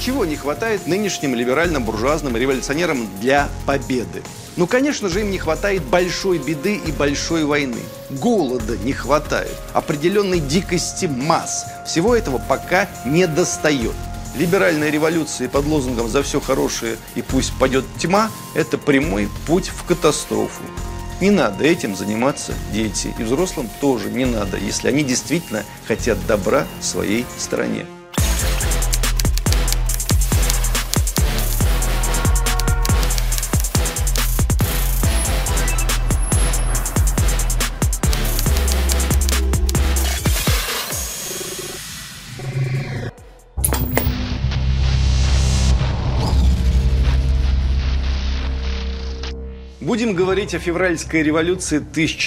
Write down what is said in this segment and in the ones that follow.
Чего не хватает нынешним либеральным буржуазным революционерам для победы? Ну, конечно же, им не хватает большой беды и большой войны. Голода не хватает, определенной дикости масс. Всего этого пока не достает. Либеральная революция под лозунгом «за все хорошее и пусть падет тьма» – это прямой путь в катастрофу. Не надо этим заниматься дети. И взрослым тоже не надо, если они действительно хотят добра своей стране. Будем говорить о февральской революции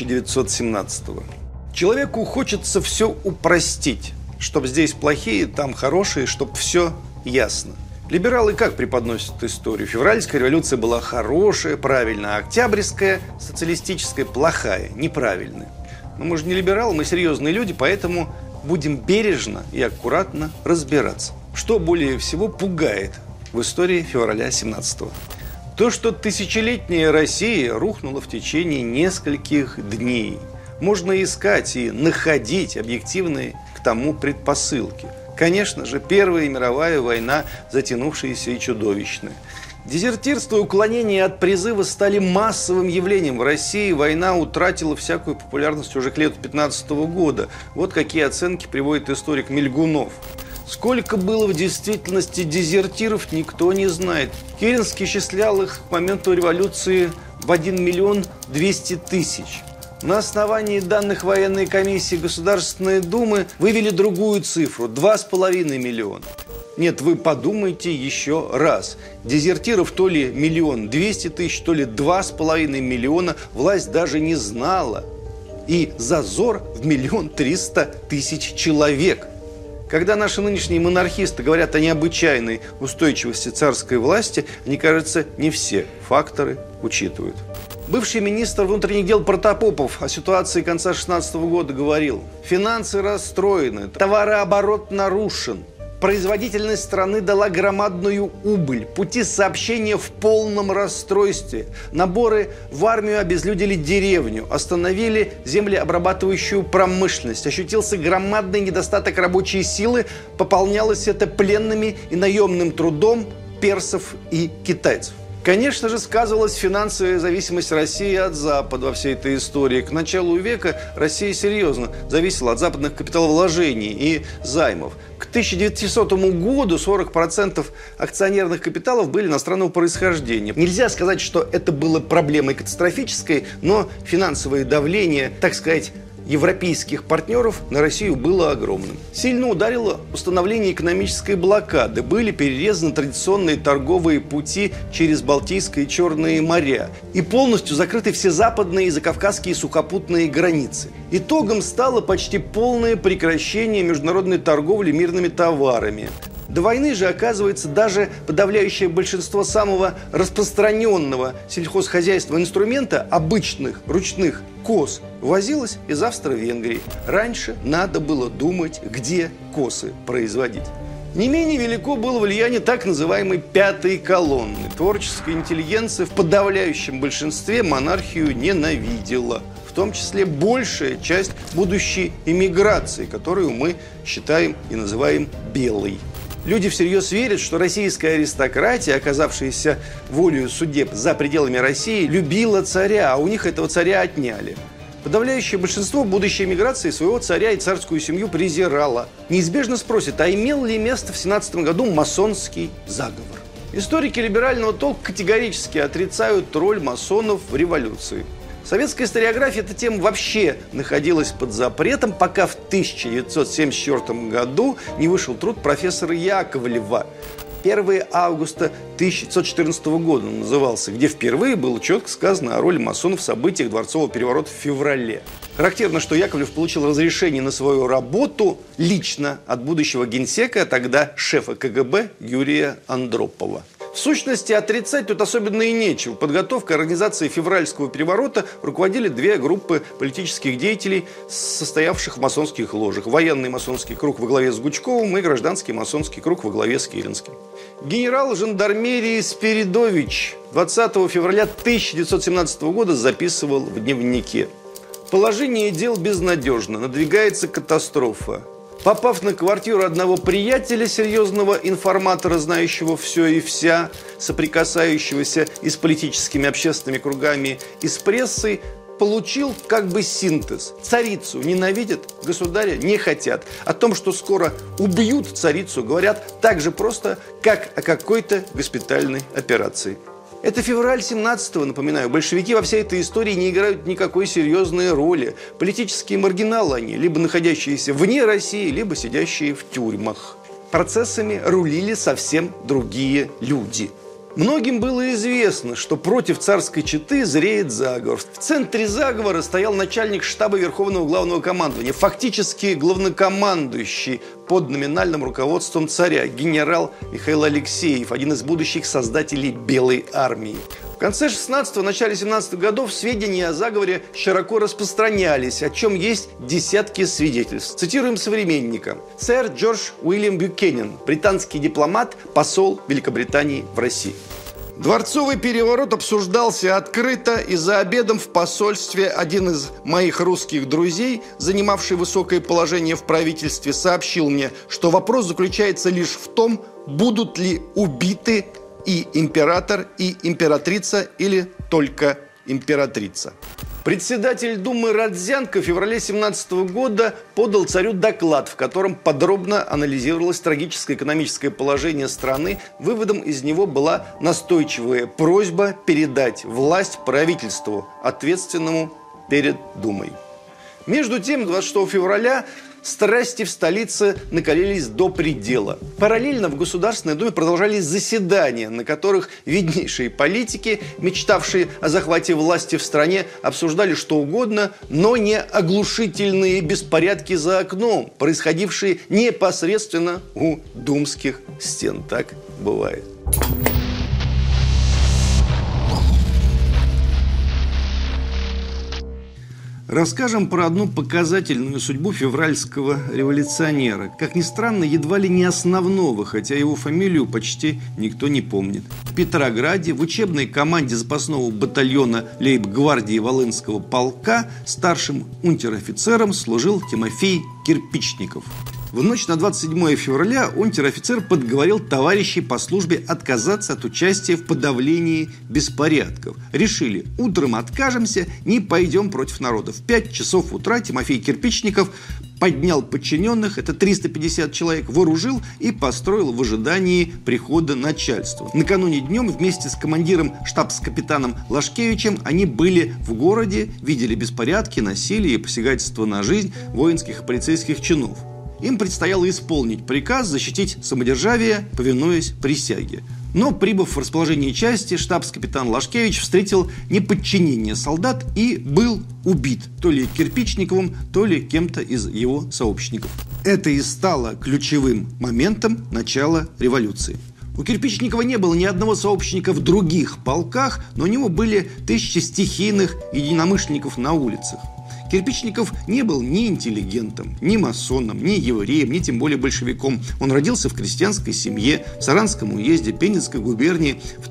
1917-го. Человеку хочется все упростить, чтобы здесь плохие, там хорошие, чтобы все ясно. Либералы как преподносят историю? Февральская революция была хорошая, правильная, а октябрьская, социалистическая, плохая, неправильная. Но мы же не либералы, мы серьезные люди, поэтому будем бережно и аккуратно разбираться. Что более всего пугает в истории февраля 17-го? То, что тысячелетняя Россия рухнула в течение нескольких дней. Можно искать и находить объективные к тому предпосылки. Конечно же, Первая мировая война, затянувшаяся и чудовищная. Дезертирство и уклонение от призыва стали массовым явлением в России. Война утратила всякую популярность уже к лету 15 года. Вот какие оценки приводит историк Мельгунов. Сколько было в действительности дезертиров, никто не знает. Керенский исчислял их к моменту революции в 1 миллион 200 тысяч. На основании данных военной комиссии Государственной Думы вывели другую цифру – 2,5 миллиона. Нет, вы подумайте еще раз. Дезертиров то ли 1 200 000, то ли 2,5 миллиона власть даже не знала. И зазор в 1 300 000 человек. Когда наши нынешние монархисты говорят о необычайной устойчивости царской власти, они, кажется, не все факторы учитывают. Бывший министр внутренних дел Протопопов о ситуации конца 2016 года говорил: финансы расстроены, товарооборот нарушен, производительность страны дала громадную убыль, пути сообщения в полном расстройстве, наборы в армию обезлюдили деревню, остановили землеобрабатывающую промышленность, ощутился громадный недостаток рабочей силы, пополнялось это пленными и наемным трудом персов и китайцев. Конечно же, сказывалась финансовая зависимость России от Запада во всей этой истории. К началу века Россия серьезно зависела от западных капиталовложений и займов. К 1900 году 40% акционерных капиталов были иностранного происхождения. Нельзя сказать, что это было проблемой катастрофической, но финансовое давление, так сказать, европейских партнеров на Россию было огромным. Сильно ударило установление экономической блокады. Были перерезаны традиционные торговые пути через Балтийское и Черное моря. И полностью закрыты все западные и закавказские сухопутные границы. Итогом стало почти полное прекращение международной торговли мирными товарами. До войны же, оказывается, даже подавляющее большинство самого распространенного сельхозхозяйственного инструмента, обычных ручных коз, возилось из Австро-Венгрии. Раньше надо было думать, где косы производить. Не менее велико было влияние так называемой «пятой колонны». Творческая интеллигенция в подавляющем большинстве монархию ненавидела. В том числе большая часть будущей эмиграции, которую мы считаем и называем «белой». Люди всерьез верят, что российская аристократия, оказавшаяся волею судеб за пределами России, любила царя, а у них этого царя отняли. Подавляющее большинство будущей эмиграции своего царя и царскую семью презирало. Неизбежно спросят, а имел ли место в 17 году масонский заговор? Историки либерального толка категорически отрицают роль масонов в революции. Советская историография эта тема вообще находилась под запретом, пока в 1974 году не вышел труд профессора Яковлева. 1 августа 1914 года он назывался, где впервые было четко сказано о роли масонов в событиях дворцового переворота в феврале. Характерно, что Яковлев получил разрешение на свою работу лично от будущего генсека, а тогда шефа КГБ Юрия Андропова. В сущности, отрицать тут особенно и нечего. Подготовкой организации февральского переворота руководили две группы политических деятелей, состоявших в масонских ложах. Военный масонский круг во главе с Гучковым и гражданский масонский круг во главе с Керенским. Генерал жандармерии Спиридович 20 февраля 1917 года записывал в дневнике: «Положение дел безнадежно, надвигается катастрофа. Попав на квартиру одного приятеля, серьезного информатора, знающего все и вся, соприкасающегося и с политическими общественными кругами, и с прессой, получил как бы синтез. Царицу ненавидят, государя не хотят. О том, что скоро убьют царицу, говорят так же просто, как о какой-то госпитальной операции». Это февраль 17-го, напоминаю. Большевики во всей этой истории не играют никакой серьезной роли. Политические маргиналы они, либо находящиеся вне России, либо сидящие в тюрьмах. Процессами рулили совсем другие люди. Многим было известно, что против царской четы зреет заговор. В центре заговора стоял начальник штаба Верховного Главного Командования, фактически главнокомандующий под номинальным руководством царя, генерал Михаил Алексеев, один из будущих создателей Белой армии. В конце 16-го, начале 17-х годов сведения о заговоре широко распространялись, о чем есть десятки свидетельств. Цитируем современника. Сэр Джордж Уильям Бюкенен, британский дипломат, посол Великобритании в России. Дворцовый переворот обсуждался открыто, и за обедом в посольстве один из моих русских друзей, занимавший высокое положение в правительстве, сообщил мне, что вопрос заключается лишь в том, будут ли убиты и император, и императрица, или только императрица. Председатель Думы Родзянко в феврале 17 года подал царю доклад, в котором подробно анализировалось трагическое экономическое положение страны. Выводом из него была настойчивая просьба передать власть правительству, ответственному перед Думой. Между тем, 26 февраля страсти в столице накалились до предела. Параллельно в Государственной Думе продолжались заседания, на которых виднейшие политики, мечтавшие о захвате власти в стране, обсуждали что угодно, но не оглушительные беспорядки за окном, происходившие непосредственно у думских стен. Так бывает. Расскажем про одну показательную судьбу февральского революционера. Как ни странно, едва ли не основного, хотя его фамилию почти никто не помнит. В Петрограде в учебной команде запасного батальона лейб-гвардии Волынского полка старшим унтер-офицером служил Тимофей Кирпичников. В ночь на 27 февраля унтер-офицер подговорил товарищей по службе отказаться от участия в подавлении беспорядков. Решили: утром откажемся, не пойдем против народа. В 5 часов утра Тимофей Кирпичников поднял подчиненных, это 350 человек, вооружил и построил в ожидании прихода начальства. Накануне днем вместе с командиром штабс-капитаном Лашкевичем они были в городе, видели беспорядки, насилие и посягательство на жизнь воинских и полицейских чинов. Им предстояло исполнить приказ защитить самодержавие, повинуясь присяге. Но, прибыв в расположение части, штабс-капитан Лашкевич встретил неподчинение солдат и был убит то ли Кирпичниковым, то ли кем-то из его сообщников. Это и стало ключевым моментом начала революции. У Кирпичникова не было ни одного сообщника в других полках, но у него были тысячи стихийных единомышленников на улицах. Кирпичников не был ни интеллигентом, ни масоном, ни евреем, ни тем более большевиком. Он родился в крестьянской семье в Саранском уезде Пензенской губернии в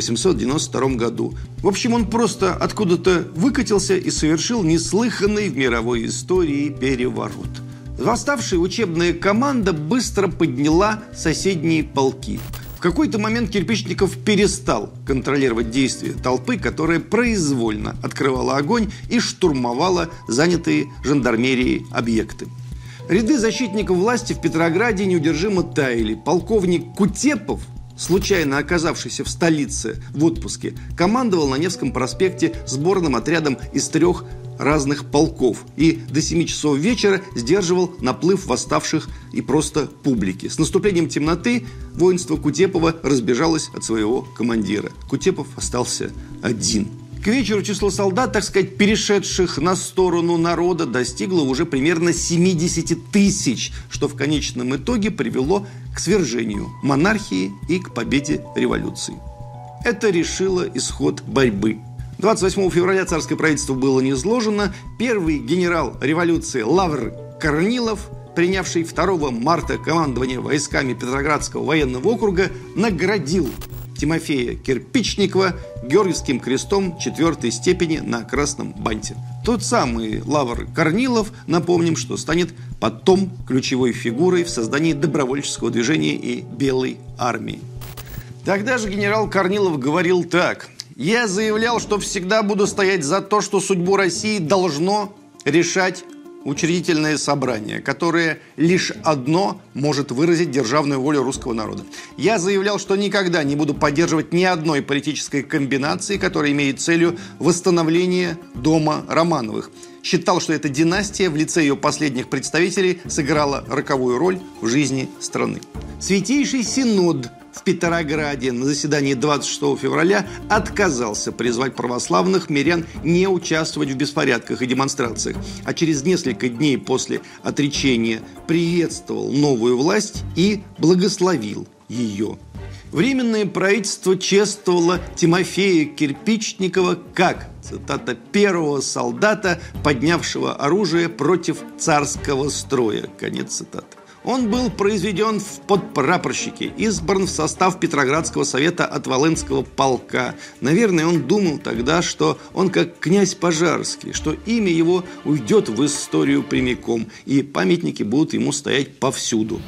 1892 году. В общем, он просто откуда-то выкатился и совершил неслыханный в мировой истории переворот. Восставшая учебная команда быстро подняла соседние полки. В какой-то момент Кирпичников перестал контролировать действия толпы, которая произвольно открывала огонь и штурмовала занятые жандармерией объекты. Ряды защитников власти в Петрограде неудержимо таяли. Полковник Кутепов, случайно оказавшийся в столице в отпуске, командовал на Невском проспекте сборным отрядом из 3 разных полков и до 7 часов вечера сдерживал наплыв восставших и просто публики. С наступлением темноты воинство Кутепова разбежалось от своего командира. Кутепов остался один. К вечеру число солдат, так сказать, перешедших на сторону народа, достигло уже примерно 70 тысяч, что в конечном итоге привело к свержению монархии и к победе революции. Это решило исход борьбы. 28 февраля царское правительство было низложено. Первый генерал революции Лавр Корнилов, принявший 2 марта командование войсками Петроградского военного округа, наградил Тимофея Кирпичникова Георгиевским крестом 4-й степени на красном банте. Тот самый Лавр Корнилов, напомним, что станет потом ключевой фигурой в создании добровольческого движения и Белой армии. Тогда же генерал Корнилов говорил так: «Я заявлял, что всегда буду стоять за то, что судьбу России должно решать учредительное собрание, которое лишь одно может выразить державную волю русского народа. Я заявлял, что никогда не буду поддерживать ни одной политической комбинации, которая имеет целью восстановление дома Романовых. Считал, что эта династия в лице ее последних представителей сыграла роковую роль в жизни страны». Святейший Синод в Петрограде на заседании 26 февраля отказался призвать православных мирян не участвовать в беспорядках и демонстрациях, а через несколько дней после отречения приветствовал новую власть и благословил ее. Временное правительство чествовало Тимофея Кирпичникова как, цитата, «первого солдата, поднявшего оружие против царского строя». Конец цитаты. Он был произведен в подпрапорщики, избран в состав Петроградского совета от Волынского полка. Наверное, он думал тогда, что он как князь Пожарский, что имя его уйдет в историю прямиком, и памятники будут ему стоять повсюду.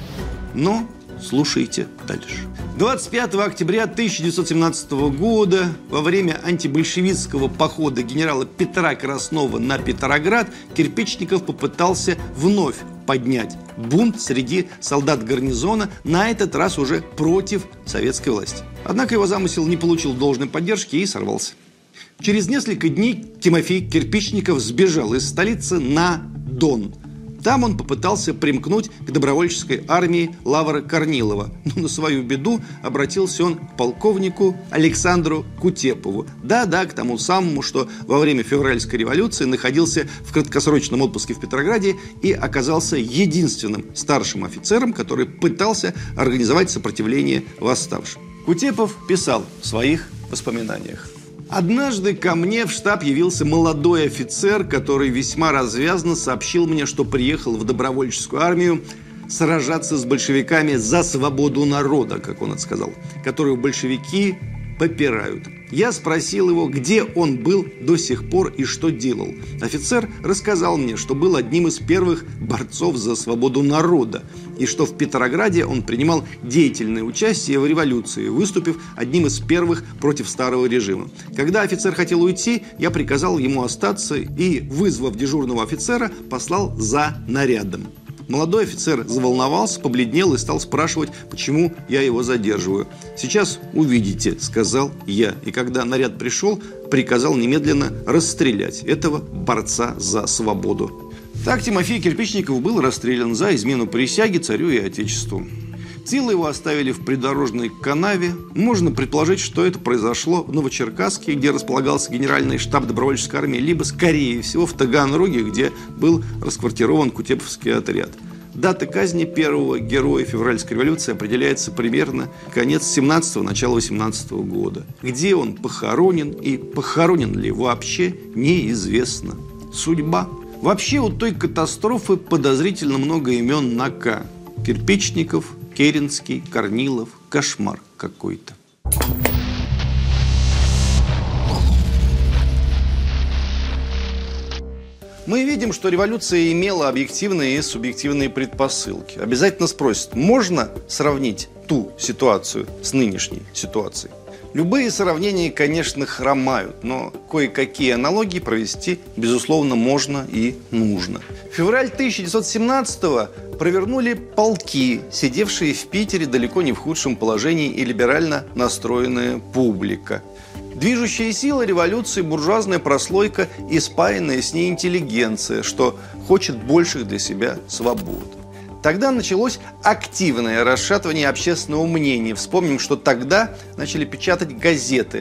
Но слушайте дальше. 25 октября 1917 года во время антибольшевистского похода генерала Петра Краснова на Петроград Кирпичников попытался вновь поднять бунт среди солдат гарнизона, на этот раз уже против советской власти. Однако его замысел не получил должной поддержки и сорвался. Через несколько дней Тимофей Кирпичников сбежал из столицы на Дон. Там он попытался примкнуть к добровольческой армии Лавра Корнилова. Но на свою беду обратился он к полковнику Александру Кутепову. Да-да, к тому самому, что во время февральской революции находился в краткосрочном отпуске в Петрограде и оказался единственным старшим офицером, который пытался организовать сопротивление восставшим. Кутепов писал в своих воспоминаниях: «Однажды ко мне в штаб явился молодой офицер, который весьма развязно сообщил мне, что приехал в добровольческую армию сражаться с большевиками за свободу народа, как он это сказал, которую большевики попирают. Я спросил его, где он был до сих пор и что делал. Офицер рассказал мне, что был одним из первых борцов за свободу народа, и что в Петрограде он принимал деятельное участие в революции, выступив одним из первых против старого режима. Когда офицер хотел уйти, я приказал ему остаться и, вызвав дежурного офицера, послал за нарядом. Молодой офицер заволновался, побледнел и стал спрашивать, почему я его задерживаю. «Сейчас увидите», — сказал я. И когда наряд пришел, приказал немедленно расстрелять этого борца за свободу. Так Тимофей Кирпичников был расстрелян за измену присяге царю и отечеству. Тело его оставили в придорожной канаве. Можно предположить, что это произошло в Новочеркасске, где располагался генеральный штаб добровольческой армии, либо, скорее всего, в Таганроге, где был расквартирован Кутеповский отряд. Дата казни первого героя февральской революции определяется примерно конец 17-го, начало 18-го года. Где он похоронен и похоронен ли вообще, неизвестно. Судьба. Вообще у той катастрофы подозрительно много имен на «К». Кирпичников, Керенский, Корнилов. Кошмар какой-то. Мы видим, что революция имела объективные и субъективные предпосылки. Обязательно спросят, можно сравнить ту ситуацию с нынешней ситуацией? Любые сравнения, конечно, хромают, но кое-какие аналогии провести, безусловно, можно и нужно. Февраль 1917-го провернули полки, сидевшие в Питере далеко не в худшем положении и либерально настроенная публика. Движущая сила революции – буржуазная прослойка и спаянная с ней интеллигенция, что хочет больших для себя свобод. Тогда началось активное расшатывание общественного мнения. Вспомним, что тогда начали печатать газеты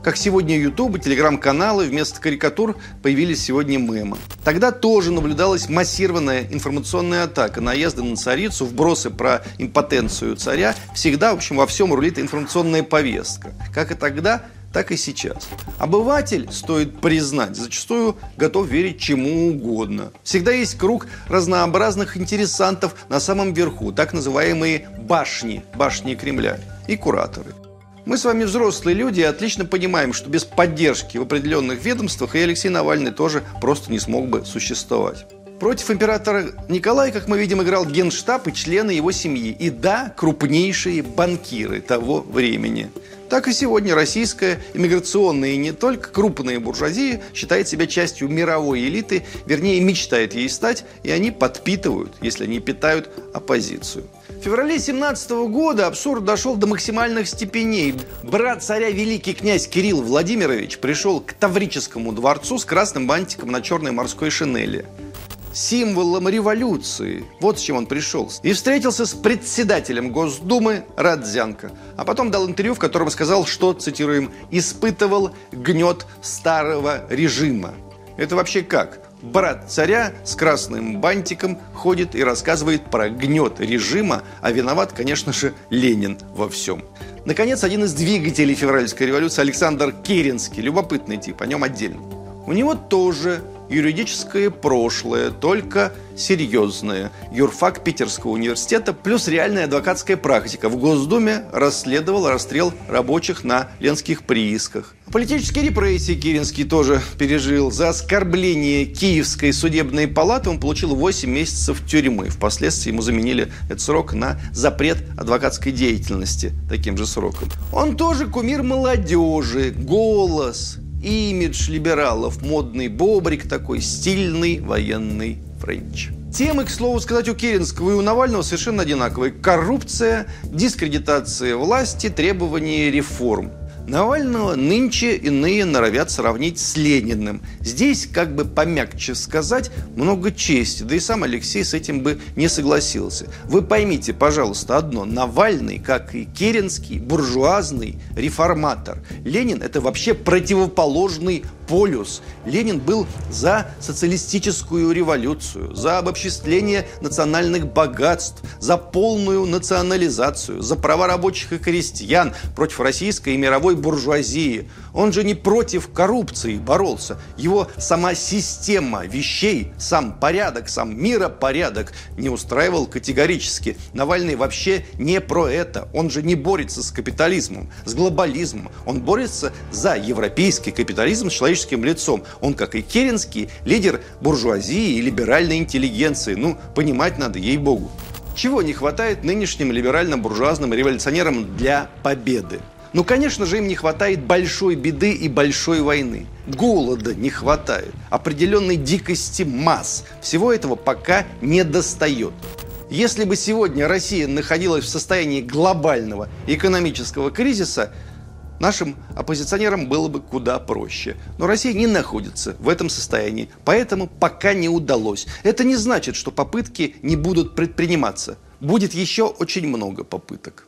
Как сегодня ютубы, телеграм-каналы, вместо карикатур появились сегодня мемы. Тогда тоже наблюдалась массированная информационная атака, наезды на царицу, вбросы про импотенцию царя. Всегда, в общем, во всем рулит информационная повестка. Как и тогда, так и сейчас. Обыватель, стоит признать, зачастую готов верить чему угодно. Всегда есть круг разнообразных интересантов на самом верху, так называемые башни Кремля и кураторы. Мы с вами взрослые люди и отлично понимаем, что без поддержки в определенных ведомствах и Алексей Навальный тоже просто не смог бы существовать. Против императора Николая, как мы видим, играл Генштаб и члены его семьи. И да, крупнейшие банкиры того времени. Так и сегодня российская иммиграционная и не только крупная буржуазия считает себя частью мировой элиты, вернее, мечтает ей стать, и они подпитывают, если не питают, оппозицию. В феврале 2017 года абсурд дошел до максимальных степеней. Брат царя, великий князь Кирилл Владимирович, пришел к Таврическому дворцу с красным бантиком на черной морской шинели. Символом революции. Вот с чем он пришел. И встретился с председателем Госдумы Родзянко. А потом дал интервью, в котором сказал, что, цитируем, «испытывал гнет старого режима». Это вообще как? Брат царя с красным бантиком ходит и рассказывает про гнет режима, а виноват, конечно же, Ленин во всем. Наконец, один из двигателей февральской революции, Александр Керенский, любопытный тип, о нем отдельно. У него тоже юридическое прошлое, только серьезное. Юрфак Питерского университета плюс реальная адвокатская практика. В Госдуме расследовал расстрел рабочих на ленских приисках. Политические репрессии Керенский тоже пережил. За оскорбление Киевской судебной палаты он получил 8 месяцев тюрьмы. Впоследствии ему заменили этот срок на запрет адвокатской деятельности таким же сроком. Он тоже кумир молодежи, голос, имидж либералов, модный бобрик такой, стильный военный френч. Темы, к слову сказать, у Керенского и у Навального совершенно одинаковые. Коррупция, дискредитация власти, требования реформ. Навального нынче иные норовят сравнить с Лениным. Здесь, как бы помягче сказать, много чести. Да и сам Алексей с этим бы не согласился. Вы поймите, пожалуйста, одно. Навальный, как и Керенский, буржуазный реформатор. Ленин – это вообще противоположный полюс. Ленин был за социалистическую революцию, за обобществление национальных богатств, за полную национализацию, за права рабочих и крестьян, против российской и мировой буржуазии. Он же не против коррупции боролся. Его сама система вещей, сам порядок, сам миропорядок не устраивал категорически. Навальный вообще не про это. Он же не борется с капитализмом, с глобализмом. Он борется за европейский капитализм с человеческим лицом. Он, как и Керенский, лидер буржуазии и либеральной интеллигенции. Ну, понимать надо, ей-богу. Чего не хватает нынешним либерально-буржуазным революционерам для победы? Ну, конечно же, им не хватает большой беды и большой войны. Голода не хватает, определенной дикости масс. Всего этого пока не достает. Если бы сегодня Россия находилась в состоянии глобального экономического кризиса, нашим оппозиционерам было бы куда проще. Но Россия не находится в этом состоянии, поэтому пока не удалось. Это не значит, что попытки не будут предприниматься. Будет еще очень много попыток.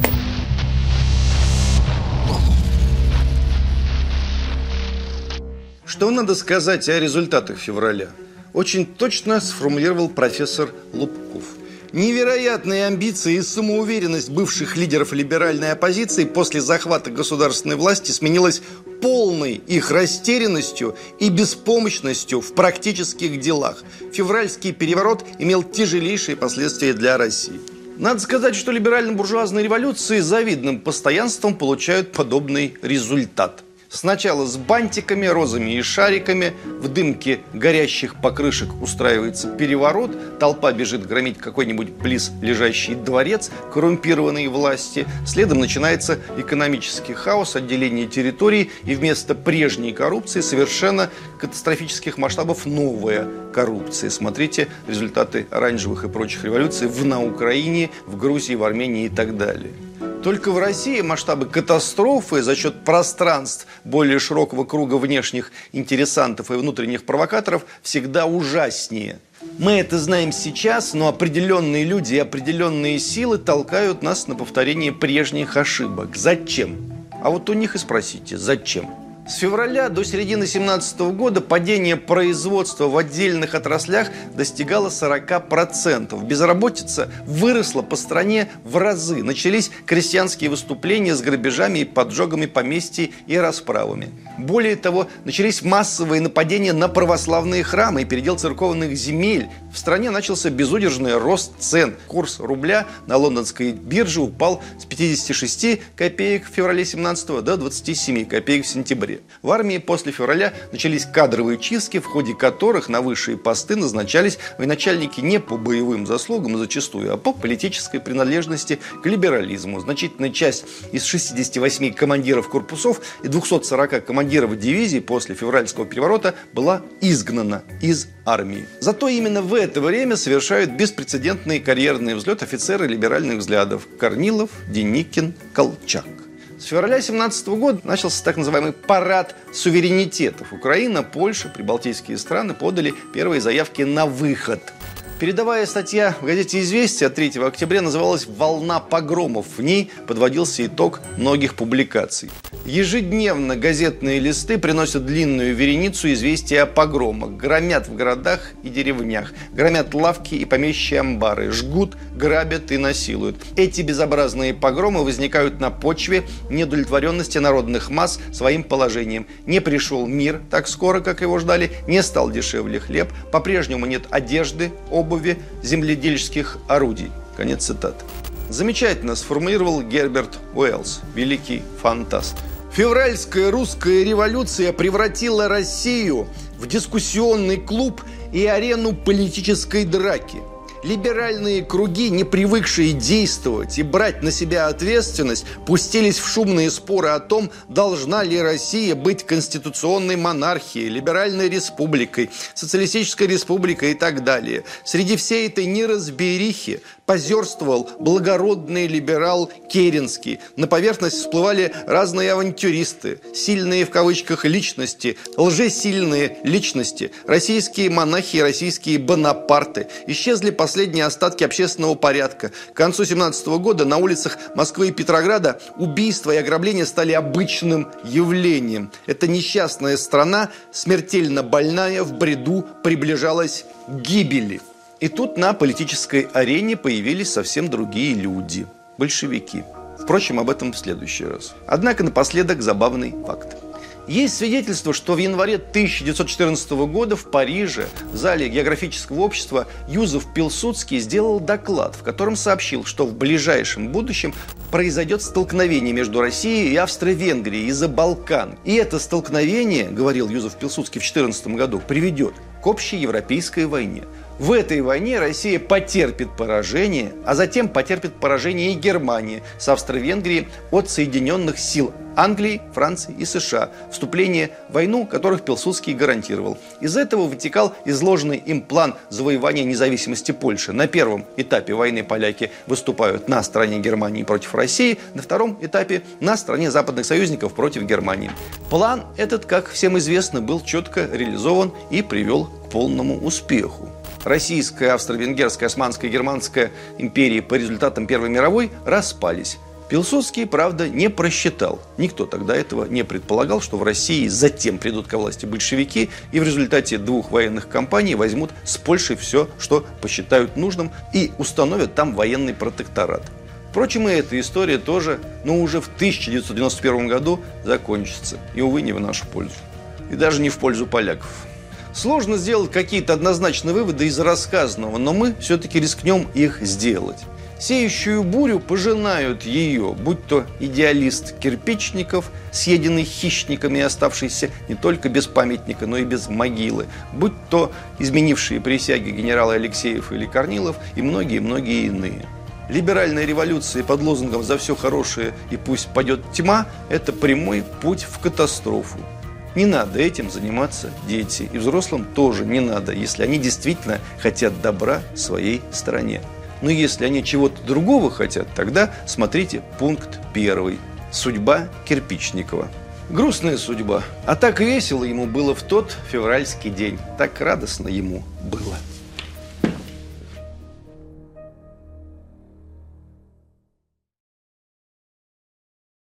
Что надо сказать о результатах февраля? Очень точно сформулировал профессор Лубков. Невероятные амбиции и самоуверенность бывших лидеров либеральной оппозиции после захвата государственной власти сменилась полной их растерянностью и беспомощностью в практических делах. Февральский переворот имел тяжелейшие последствия для России. Надо сказать, что либерально-буржуазные революции с завидным постоянством получают подобный результат. Сначала с бантиками, розами и шариками, в дымке горящих покрышек устраивается переворот, толпа бежит громить какой-нибудь близлежащий дворец коррумпированной власти, следом начинается экономический хаос, отделение территорий, и вместо прежней коррупции совершенно катастрофических масштабов новая коррупция. Смотрите результаты оранжевых и прочих революций на Украине, в Грузии, в Армении и так далее. Только в России масштабы катастрофы за счет пространств более широкого круга внешних интересантов и внутренних провокаторов всегда ужаснее. Мы это знаем сейчас, но определенные люди и определенные силы толкают нас на повторение прежних ошибок. Зачем? А вот у них и спросите, зачем? С февраля до середины 2017 года падение производства в отдельных отраслях достигало 40%. Безработица выросла по стране в разы. Начались крестьянские выступления с грабежами и поджогами поместьй и расправами. Более того, начались массовые нападения на православные храмы и передел церковных земель. В стране начался безудержный рост цен. Курс рубля на лондонской бирже упал с 56 копеек в феврале 2017 до 27 копеек в сентябре. В армии после февраля начались кадровые чистки, в ходе которых на высшие посты назначались военачальники не по боевым заслугам зачастую, а по политической принадлежности к либерализму. Значительная часть из 68 командиров корпусов и 240 командиров дивизий после февральского переворота была изгнана из армии. Зато именно в это время совершают беспрецедентный карьерный взлет офицеры либеральных взглядов Корнилов, Деникин, Колчак. С февраля 2017 года начался так называемый парад суверенитетов. Украина, Польша, прибалтийские страны подали первые заявки на выход. Передовая статья в газете «Известия» от 3 октября называлась «Волна погромов». В ней подводился итог многих публикаций. Ежедневно газетные листы приносят длинную вереницу известий о погромах. Громят в городах и деревнях. Громят лавки и помещичьи амбары. Жгут, грабят и насилуют. Эти безобразные погромы возникают на почве неудовлетворенности народных масс своим положением. Не пришел мир так скоро, как его ждали. Не стал дешевле хлеб. По-прежнему нет одежды, обуви, земледельческих орудий. Конец цитаты. Замечательно сформулировал Герберт Уэллс, великий фантаст. Февральская русская революция превратила Россию в дискуссионный клуб и арену политической драки. Либеральные круги, не привыкшие действовать и брать на себя ответственность, пустились в шумные споры о том, должна ли Россия быть конституционной монархией, либеральной республикой, социалистической республикой и так далее. Среди всей этой неразберихи позерствовал благородный либерал Керенский. На поверхность всплывали разные авантюристы, сильные в кавычках личности, лжесильные личности, российские монахи, российские бонапарты. Исчезли последние остатки общественного порядка. К концу 2017 года на улицах Москвы и Петрограда убийства и ограбления стали обычным явлением. Эта несчастная страна, смертельно больная, в бреду приближалась к гибели. И тут на политической арене появились совсем другие люди – большевики. Впрочем, об этом в следующий раз. Однако напоследок забавный факт. Есть свидетельство, что в январе 1914 года в Париже в зале географического общества Юзеф Пилсудский сделал доклад, в котором сообщил, что в ближайшем будущем произойдет столкновение между Россией и Австро-Венгрией из-за Балкан. И это столкновение, говорил Юзеф Пилсудский в 2014 году, приведет к общей европейской войне. В этой войне Россия потерпит поражение, а затем потерпит поражение и Германия с Австро-Венгрией от соединенных сил Англии, Франции и США. Вступление в войну, которых Пилсудский гарантировал. Из этого вытекал изложенный им план завоевания независимости Польши. На первом этапе войны поляки выступают на стороне Германии против России, на втором этапе на стороне западных союзников против Германии. План этот, как всем известно, был четко реализован и привел к полному успеху. Российская, австро-венгерская, османская и германская империи по результатам Первой мировой распались. Пилсудский, правда, не просчитал. Никто тогда этого не предполагал, что в России затем придут ко власти большевики и в результате двух военных кампаний возьмут с Польшей все, что посчитают нужным, и установят там военный протекторат. Впрочем, и эта история тоже, но уже в 1991 году закончится. И, увы, не в нашу пользу. И даже не в пользу поляков. Сложно сделать какие-то однозначные выводы из рассказанного, но мы все-таки рискнем их сделать. Сеющую бурю пожинают ее, будь то идеалист Кирпичников, съеденный хищниками и оставшийся не только без памятника, но и без могилы, будь то изменившие присяги генералы Алексеев или Корнилов и многие-многие иные. Либеральная революция под лозунгом «За все хорошее и пусть падет тьма» – это прямой путь в катастрофу. Не надо этим заниматься дети, и взрослым тоже не надо, если они действительно хотят добра своей стране. Но если они чего-то другого хотят, тогда смотрите пункт 1. Судьба Кирпичникова. Грустная судьба. А так весело ему было в тот февральский день. Так радостно ему было.